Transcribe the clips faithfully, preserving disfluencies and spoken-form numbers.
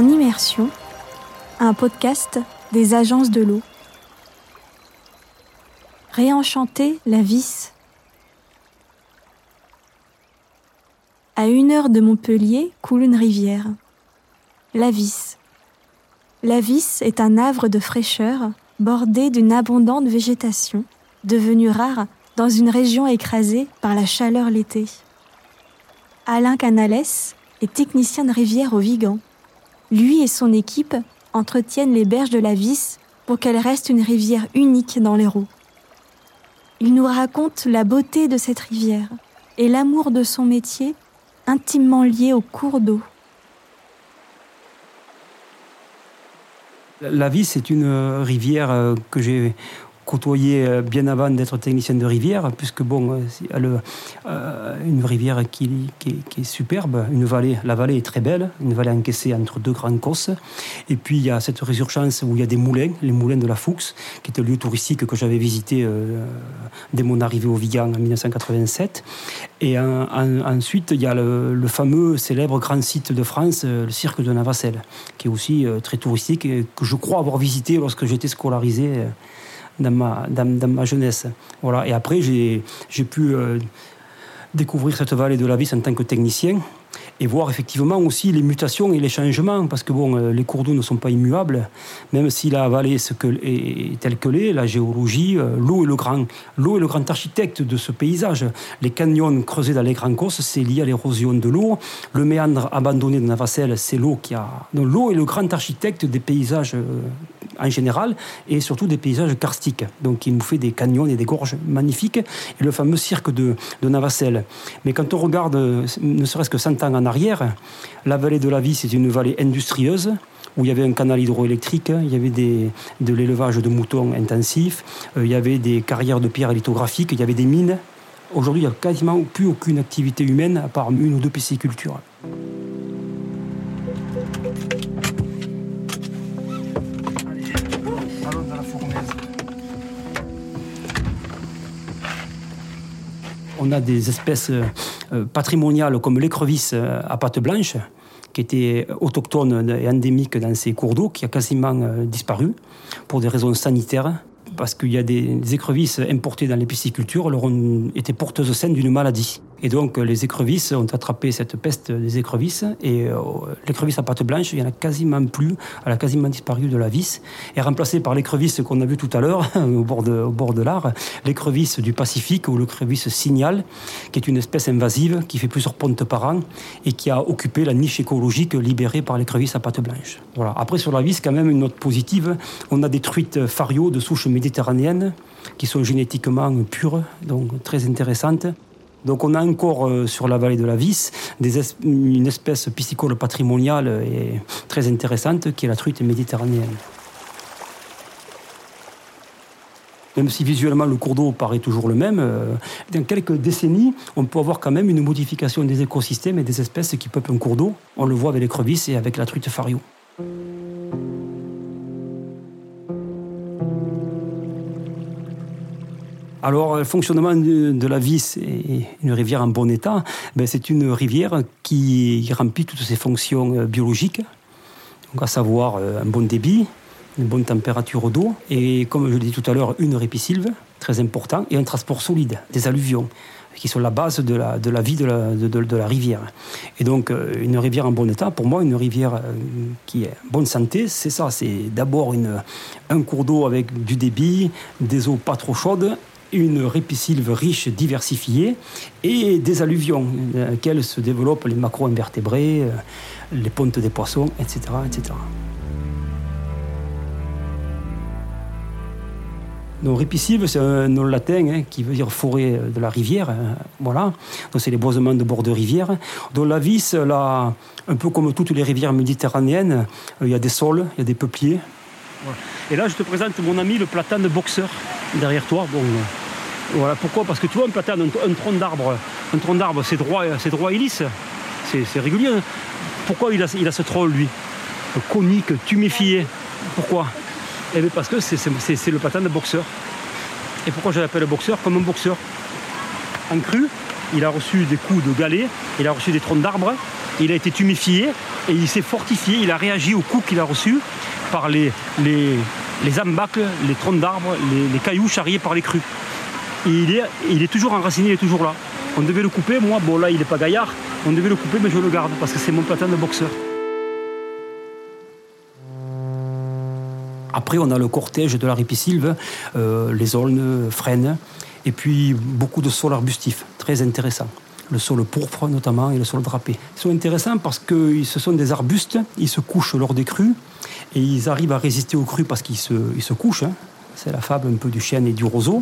En immersion, un podcast des agences de l'eau. Réenchanter la Visse. À une heure de Montpellier coule une rivière. La Visse. La Visse est un havre de fraîcheur bordé d'une abondante végétation, devenue rare dans une région écrasée par la chaleur l'été. Alain Canales est technicien de rivière au Vigan. Lui et son équipe entretiennent les berges de la Visse pour qu'elle reste une rivière unique dans l'Hérault. Il nous raconte la beauté de cette rivière et l'amour de son métier intimement lié au cours d'eau. La Visse est une rivière que j'ai côtoyée bien avant d'être technicien de rivière, puisque bon, c'est euh, une rivière qui, qui, est, qui est superbe, une vallée, la vallée est très belle, une vallée encaissée entre deux grands cosses, et puis il y a cette résurgence où il y a des moulins, les moulins de la Fuchs, qui est un lieu touristique que j'avais visité euh, dès mon arrivée au Vigan en dix-neuf cent quatre-vingt-sept, et en, en, ensuite il y a le, le fameux célèbre grand site de France, le cirque de Navacelles, qui est aussi euh, très touristique, et que je crois avoir visité lorsque j'étais scolarisé euh, Dans ma, dans, dans ma jeunesse. Voilà. Et après, j'ai, j'ai pu euh, découvrir cette vallée de la Visse en tant que technicien et voir effectivement aussi les mutations et les changements, parce que bon, euh, les cours d'eau ne sont pas immuables, même si la vallée est, ce que, est, est telle que l'est, la géologie, euh, l'eau est le grand, l'eau est le grand architecte de ce paysage. Les canyons creusés dans les grands cosses, c'est lié à l'érosion de l'eau. Le méandre abandonné de Navacelles, c'est l'eau qui a... Donc, l'eau est le grand architecte des paysages euh, en général, et surtout des paysages karstiques. Donc il nous fait des canyons et des gorges magnifiques, et le fameux cirque de, de Navacelles. Mais quand on regarde, ne serait-ce que cent ans en arrière, la vallée de la Visse c'est une vallée industrieuse, où il y avait un canal hydroélectrique, il y avait des, de l'élevage de moutons intensif, euh, il y avait des carrières de pierres lithographiques, il y avait des mines. Aujourd'hui, il n'y a quasiment plus aucune activité humaine, à part une ou deux piscicultures. On a des espèces euh, patrimoniales comme l'écrevisse euh, à pattes blanches, qui était autochtone et endémique dans ces cours d'eau, qui a quasiment euh, disparu pour des raisons sanitaires, parce qu'il y a des, des écrevisses importées dans les piscicultures, elles ont été porteuses saines d'une maladie. Et donc les écrevisses ont attrapé cette peste des écrevisses, et euh, l'écrevisse à pattes blanches, il n'y en a quasiment plus, elle a quasiment disparu de la Visse, et remplacée par l'écrevisse qu'on a vue tout à l'heure, au bord de, au bord de l'Ar, l'écrevisse du Pacifique, ou l'écrevisse signal, qui est une espèce invasive, qui fait plusieurs pontes par an, et qui a occupé la niche écologique libérée par l'écrevisse à pattes blanches. Voilà. Après, sur la Visse, quand même, une note positive, on a des truites fario de souche méditerranéenne, qui sont génétiquement pures, donc très intéressantes. Donc on a encore euh, sur la vallée de la Visse des es- une espèce piscicole patrimoniale et très intéressante qui est la truite méditerranéenne. Même si visuellement le cours d'eau paraît toujours le même, euh, dans quelques décennies, on peut avoir quand même une modification des écosystèmes et des espèces qui peuplent un cours d'eau. On le voit avec l'écrevisse et avec la truite fario. Alors, le fonctionnement de la Visse et une rivière en bon état, ben c'est une rivière qui remplit toutes ses fonctions biologiques, donc à savoir un bon débit, une bonne température d'eau, et comme je l'ai dit tout à l'heure, une ripisylve, très important, et un transport solide, des alluvions, qui sont la base de la, de la vie de la, de, de, de la rivière. Et donc, une rivière en bon état, pour moi, une rivière qui est en bonne santé, c'est ça, c'est d'abord une, un cours d'eau avec du débit, des eaux pas trop chaudes, une ripisylve riche, diversifiée, et des alluvions, dans lesquelles se développent les macro-invertébrés, les pontes des poissons, et cetera, et cetera. Donc, ripisylve, c'est un nom latin hein, qui veut dire forêt de la rivière. Hein, voilà. Donc, c'est les boisements de bord de rivière. Donc, la Visse, là, un peu comme toutes les rivières méditerranéennes, il y a des saules, il y a des peupliers. Voilà. Et là, je te présente mon ami, le platane boxeur, derrière toi. Bon, voilà. Pourquoi ? Parce que tu vois, un platane, un, un tronc d'arbre, un tronc d'arbre, c'est droit, c'est droit et lisse. C'est, c'est régulier. Hein. Pourquoi il a, il a ce tronc, lui ? Conique, tuméfié. Pourquoi ? Eh bien parce que c'est, c'est, c'est le platane boxeur. Et pourquoi je l'appelle boxeur ? Comme un boxeur. En cru, il a reçu des coups de galets, il a reçu des troncs d'arbres, il a été tuméfié, et il s'est fortifié, il a réagi au coup qu'il a reçu par les, les, les embâcles, les troncs d'arbres, les, les cailloux charriés par les crues. Et il est, il est toujours enraciné, il est toujours là. On devait le couper, moi, bon là il n'est pas gaillard, on devait le couper mais je le garde parce que c'est mon platane de boxeur. Après on a le cortège de la ripisylve, euh, les aulnes, frênes, et puis beaucoup de sols arbustifs, très intéressants. Le sol pourpre notamment et le sol drapé. Ils sont intéressants parce que ce sont des arbustes, ils se couchent lors des crues et ils arrivent à résister aux crues parce qu'ils se, ils se couchent. Hein. C'est la fable un peu du chêne et du roseau.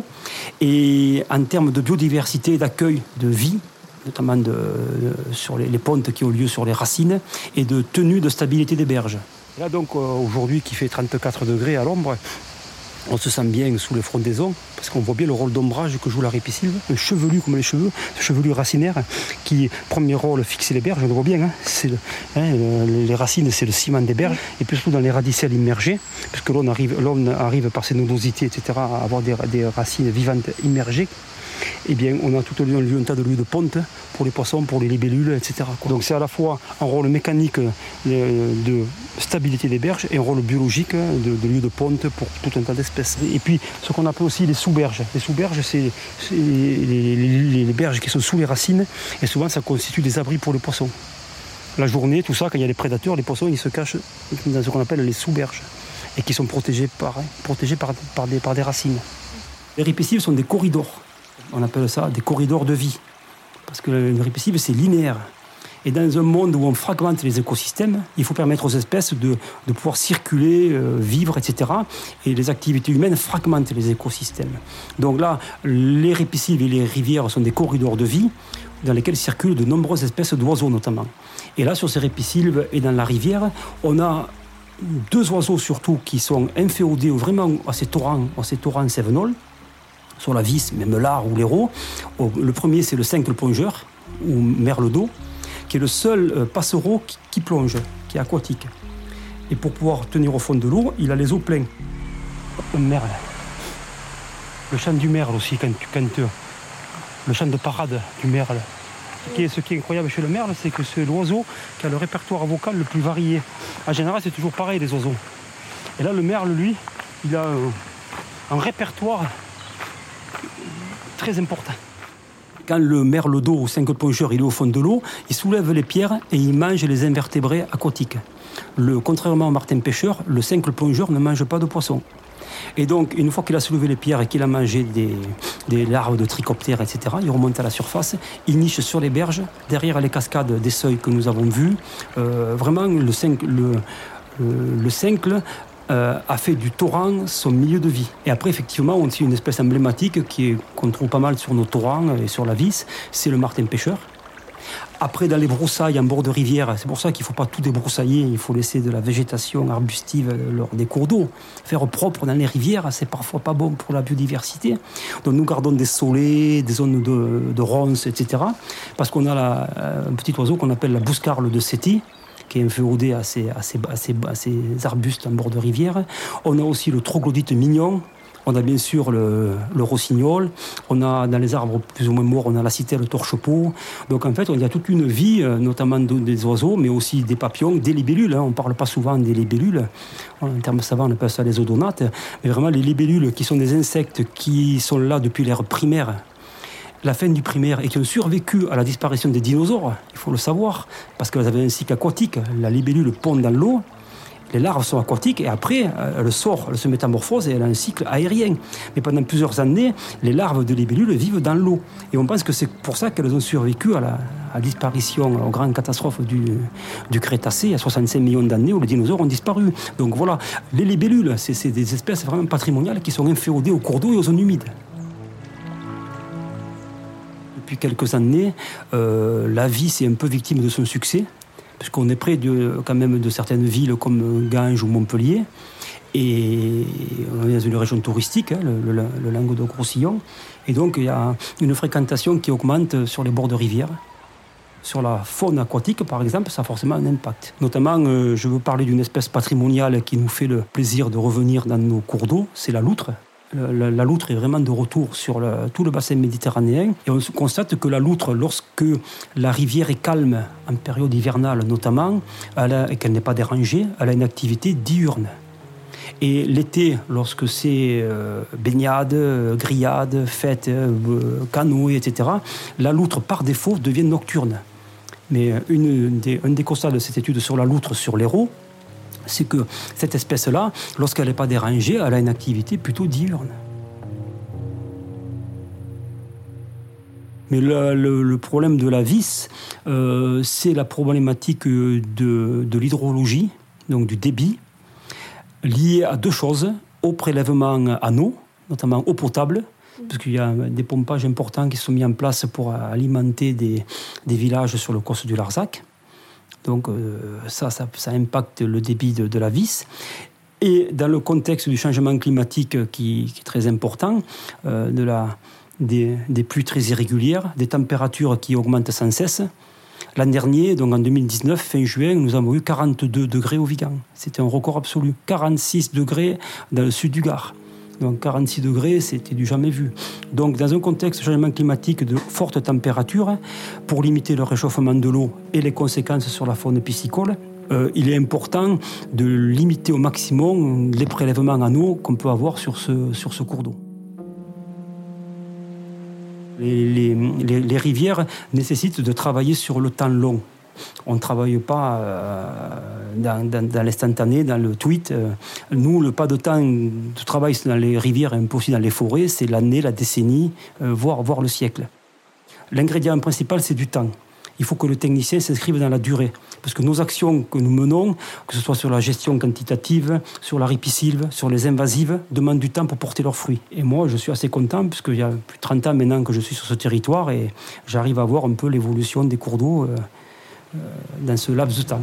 Et en termes de biodiversité, d'accueil, de vie, notamment de, de, sur les, les pontes qui ont lieu sur les racines, et de tenue de stabilité des berges. Là donc euh, aujourd'hui qui fait trente-quatre degrés à l'ombre, on se sent bien sous les frondaisons parce qu'on voit bien le rôle d'ombrage que joue la ripisylve, un chevelu comme les cheveux, ce chevelu racinaire qui, premier rôle, fixer les berges, on le voit bien, hein, c'est le, hein, le, les racines c'est le ciment des berges, et puis surtout dans les radicelles immergées, puisque l'homme arrive, l'homme arrive par ses nodosités, et cetera, à avoir des, des racines vivantes immergées. Eh bien, on a tout au long un tas de lieux de ponte pour les poissons, pour les libellules, et cetera. Donc c'est à la fois un rôle mécanique de stabilité des berges et un rôle biologique de, de lieu de ponte pour tout un tas d'espèces. Et puis ce qu'on appelle aussi les sous-berges. Les sous-berges, c'est, c'est les, les, les, les berges qui sont sous les racines, et souvent ça constitue des abris pour les poissons. La journée, tout ça, quand il y a les prédateurs, les poissons ils se cachent dans ce qu'on appelle les sous-berges et qui sont protégés par, protégés par, par, des, par des racines. Les ripisylves sont des corridors. On appelle ça des corridors de vie. Parce que le ripisylve, c'est linéaire. Et dans un monde où on fragmente les écosystèmes, il faut permettre aux espèces de, de pouvoir circuler, euh, vivre, et cetera. Et les activités humaines fragmentent les écosystèmes. Donc là, les ripisylves et les rivières sont des corridors de vie dans lesquels circulent de nombreuses espèces d'oiseaux notamment. Et là, sur ces ripisylves et dans la rivière, on a deux oiseaux surtout qui sont inféodés vraiment à ces torrents, à ces torrents cévenols, sur la vis, même l'art ou l'hérault. Le premier, c'est le cincle-plongeur, ou merle d'eau, qui est le seul passereau qui, qui plonge, qui est aquatique. Et pour pouvoir tenir au fond de l'eau, il a les os pleins. Un merle. Le chant du merle aussi, quand, quand, le chant de parade du merle. Ce qui, est, ce qui est incroyable chez le merle, c'est que c'est l'oiseau qui a le répertoire vocal le plus varié. En général, c'est toujours pareil, les oiseaux. Et là, le merle, lui, il a un, un répertoire très important. Quand le merle d'eau ou cincle-plongeur il est au fond de l'eau, il soulève les pierres et il mange les invertébrés aquatiques. Le, contrairement au martin-pêcheur, le cincle-plongeur ne mange pas de poissons. Et donc, une fois qu'il a soulevé les pierres et qu'il a mangé des, des larves de trichoptères, et cetera, il remonte à la surface, il niche sur les berges, derrière les cascades des seuils que nous avons vus. Euh, vraiment, le, cincle, le, le, le cincle Euh, a fait du torrent son milieu de vie. Et après, effectivement, on a une espèce emblématique qui est, qu'on trouve pas mal sur nos torrents et sur la vis, c'est le martin-pêcheur. Après, dans les broussailles en bord de rivière, c'est pour ça qu'il ne faut pas tout débroussailler, il faut laisser de la végétation arbustive lors des cours d'eau. Faire propre dans les rivières, c'est parfois pas bon pour la biodiversité. Donc nous gardons des saulées, des zones de, de ronces, et cetera. Parce qu'on a la, un petit oiseau qu'on appelle la bouscarle de Séti, qui est inféodé à ces, à, ces, à, ces, à ces arbustes en bord de rivière. On a aussi le troglodyte mignon. On a bien sûr le, le rossignol. On a dans les arbres plus ou moins morts, on a la citelle torche-peau. Donc en fait, il y a toute une vie, notamment des oiseaux, mais aussi des papillons, des libellules. On ne parle pas souvent des libellules. En termes savants, on appelle ça les odonates. Mais vraiment, les libellules, qui sont des insectes qui sont là depuis l'ère primaire, la fin du primaire, et qui ont survécu à la disparition des dinosaures, il faut le savoir, parce qu'elles avaient un cycle aquatique. La libellule pond dans l'eau, les larves sont aquatiques, et après, elle sort, elle se métamorphose, et elle a un cycle aérien. Mais pendant plusieurs années, les larves de libellules vivent dans l'eau. Et on pense que c'est pour ça qu'elles ont survécu à la, à la disparition, aux grandes catastrophes du, du Crétacé, il y a soixante-cinq millions d'années, où les dinosaures ont disparu. Donc voilà, les libellules, c'est, c'est des espèces vraiment patrimoniales qui sont inféodées aux cours d'eau et aux zones humides. Depuis quelques années, euh, la vis est un peu victime de son succès, parce qu'on est près de, quand même de certaines villes comme Ganges ou Montpellier, et on est dans une région touristique, hein, le, le, le Languedoc-Roussillon, et donc il y a une fréquentation qui augmente sur les bords de rivières. Sur la faune aquatique, par exemple, ça a forcément un impact. Notamment, euh, je veux parler d'une espèce patrimoniale qui nous fait le plaisir de revenir dans nos cours d'eau, c'est la loutre. La, la loutre est vraiment de retour sur le, tout le bassin méditerranéen. Et on constate que la loutre, lorsque la rivière est calme, en période hivernale notamment, elle a, et qu'elle n'est pas dérangée, elle a une activité diurne. Et l'été, lorsque c'est euh, baignade, grillade, fête, euh, canoë, et cetera, la loutre, par défaut, devient nocturne. Mais une, une des, un des constats de cette étude sur la loutre sur l'Hérault, c'est que cette espèce-là, lorsqu'elle n'est pas dérangée, elle a une activité plutôt diurne. Mais le, le, le problème de la vis, euh, c'est la problématique de, de l'hydrologie, donc du débit, liée à deux choses, au prélèvement en eau, notamment eau potable, parce qu'il y a des pompages importants qui sont mis en place pour alimenter des, des villages sur le causse du Larzac. Donc euh, ça, ça, ça impacte le débit de, de la Vis. Et dans le contexte du changement climatique qui, qui est très important, euh, de la, des, des pluies très irrégulières, des températures qui augmentent sans cesse. L'an dernier, donc en deux mille dix-neuf, fin juin, nous avons eu quarante-deux degrés au Vigan. C'était un record absolu. quarante-six degrés dans le sud du Gard. Donc quarante-six degrés, c'était du jamais vu. Donc dans un contexte de changement climatique de fortes températures, pour limiter le réchauffement de l'eau et les conséquences sur la faune piscicole, euh, il est important de limiter au maximum les prélèvements en eau qu'on peut avoir sur ce, sur ce cours d'eau. Les, les, les, les rivières nécessitent de travailler sur le temps long. On ne travaille pas euh, dans, dans, dans l'instantané, dans le tweet. Nous, le pas de temps de travail dans les rivières et un peu aussi dans les forêts, c'est l'année, la décennie, euh, voire, voire le siècle. L'ingrédient principal, c'est du temps. Il faut que le technicien s'inscrive dans la durée. Parce que nos actions que nous menons, que ce soit sur la gestion quantitative, sur la ripisylve, sur les invasives, demandent du temps pour porter leurs fruits. Et moi, je suis assez content, puisqu'il y a plus de trente ans maintenant que je suis sur ce territoire, et j'arrive à voir un peu l'évolution des cours d'eau euh, dans ce laps de temps.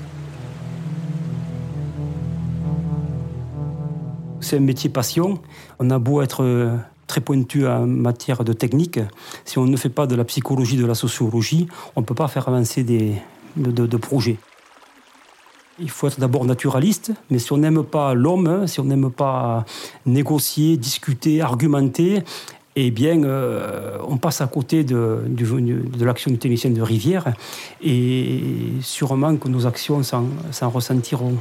C'est un métier passion. On a beau être très pointu en matière de technique, si on ne fait pas de la psychologie, de la sociologie, on ne peut pas faire avancer des, de, de, de projets. Il faut être d'abord naturaliste, mais si on n'aime pas l'homme, si on n'aime pas négocier, discuter, argumenter, eh bien, euh, on passe à côté de, de, de l'action du technicien de rivière et sûrement que nos actions s'en, s'en ressentiront.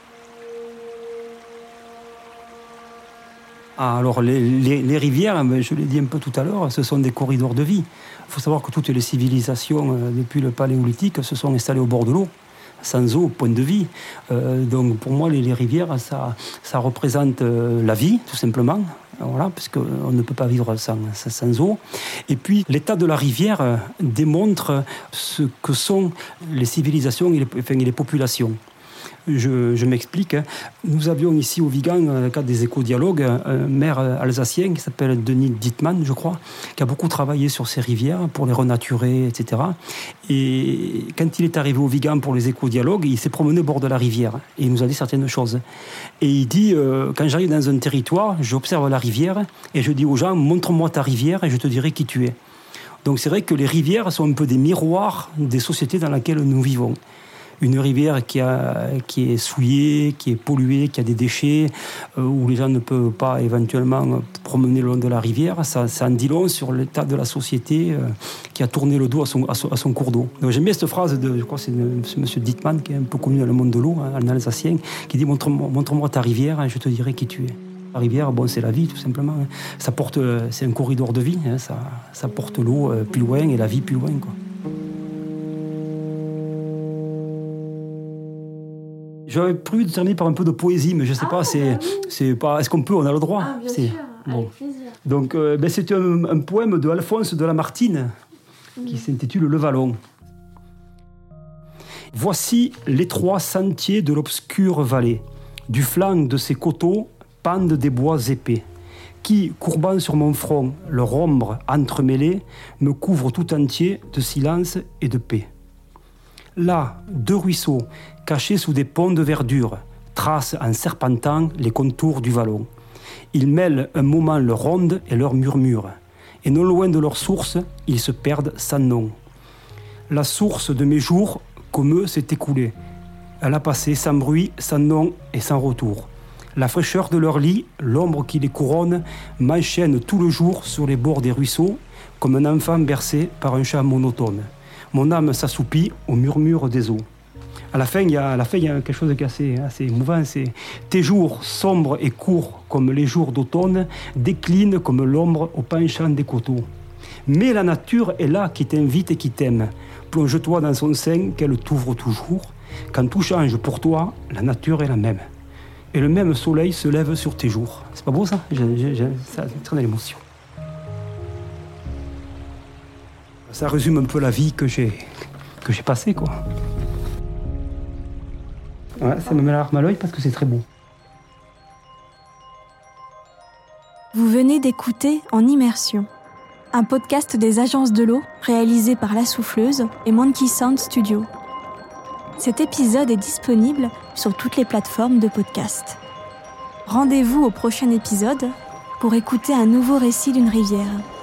Ah, alors, les, les, les rivières, je l'ai dit un peu tout à l'heure, ce sont des corridors de vie. Il faut savoir que toutes les civilisations, euh, depuis le Paléolithique, se sont installées au bord de l'eau. Sans eau, point de vie. Euh, donc pour moi, les, les rivières, ça, ça représente euh, la vie, tout simplement. Voilà, parce qu'on ne peut pas vivre sans, sans eau. Et puis, l'état de la rivière euh, démontre ce que sont les civilisations et les, enfin, et les populations. Je, je m'explique. Nous avions ici au Vigan, dans le cadre des éco-dialogues, un maire alsacien qui s'appelle Denis Dittmann, je crois, qui a beaucoup travaillé sur ces rivières pour les renaturer, et cetera. Et quand il est arrivé au Vigan pour les éco-dialogues, il s'est promené au bord de la rivière et il nous a dit certaines choses. Et il dit, euh, quand j'arrive dans un territoire, j'observe la rivière et je dis aux gens, montre-moi ta rivière et je te dirai qui tu es. Donc c'est vrai que les rivières sont un peu des miroirs des sociétés dans lesquelles nous vivons. Une rivière qui, a, qui est souillée, qui est polluée, qui a des déchets, euh, où les gens ne peuvent pas éventuellement promener le long de la rivière, ça, ça en dit long sur l'état de la société euh, qui a tourné le dos à son, à son, à son cours d'eau. Donc, j'aime bien cette phrase de, je crois que c'est M. Dittmann, qui est un peu connu dans le monde de l'eau, hein, en alsacien, qui dit montre-moi, montre-moi ta rivière et je te dirai qui tu es. La rivière, bon, c'est la vie, tout simplement. Hein. Ça porte, c'est un corridor de vie, hein, ça, ça porte l'eau euh, plus loin et la vie plus loin, quoi. J'avais prévu de terminer par un peu de poésie, mais je ne sais ah, pas, c'est, bah oui. c'est pas, est-ce qu'on peut, on a le droit. Ah, bien c'est, sûr, bon. Avec plaisir. Donc, euh, ben, c'est un, un poème de Alphonse de Lamartine mmh. qui s'intitule Le Vallon. Voici l'étroit sentier de l'obscure vallée. Du flanc de ces coteaux pendent des bois épais, qui, courbant sur mon front, leur ombre entremêlée, me couvrent tout entier de silence et de paix. Là, deux ruisseaux, cachés sous des ponts de verdure, tracent en serpentant les contours du vallon. Ils mêlent un moment leur ronde et leur murmure, et non loin de leur source, ils se perdent sans nom. La source de mes jours, comme eux, s'est écoulée. Elle a passé sans bruit, sans nom et sans retour. La fraîcheur de leur lit, l'ombre qui les couronne, m'enchaîne tout le jour sur les bords des ruisseaux, comme un enfant bercé par un chant monotone. Mon âme s'assoupit au murmure des eaux. À la fin, il y a, à la fin, il y a quelque chose qui est assez, assez émouvant. C'est « Tes jours, sombres et courts comme les jours d'automne, déclinent comme l'ombre au penchant des coteaux. Mais la nature est là qui t'invite et qui t'aime. Plonge-toi dans son sein qu'elle t'ouvre toujours. Quand tout change pour toi, la nature est la même. Et le même soleil se lève sur tes jours. » C'est pas beau ça? j'ai, j'ai, j'ai, Ça me traîne à l'émotion. Ça résume un peu la vie que j'ai, que j'ai passée, quoi. Ouais, ça me met la larme à l'œil parce que c'est très beau. Vous venez d'écouter En Immersion, un podcast des agences de l'eau réalisé par La Souffleuse et Monkey Sound Studio. Cet épisode est disponible sur toutes les plateformes de podcast. Rendez-vous au prochain épisode pour écouter un nouveau récit d'une rivière.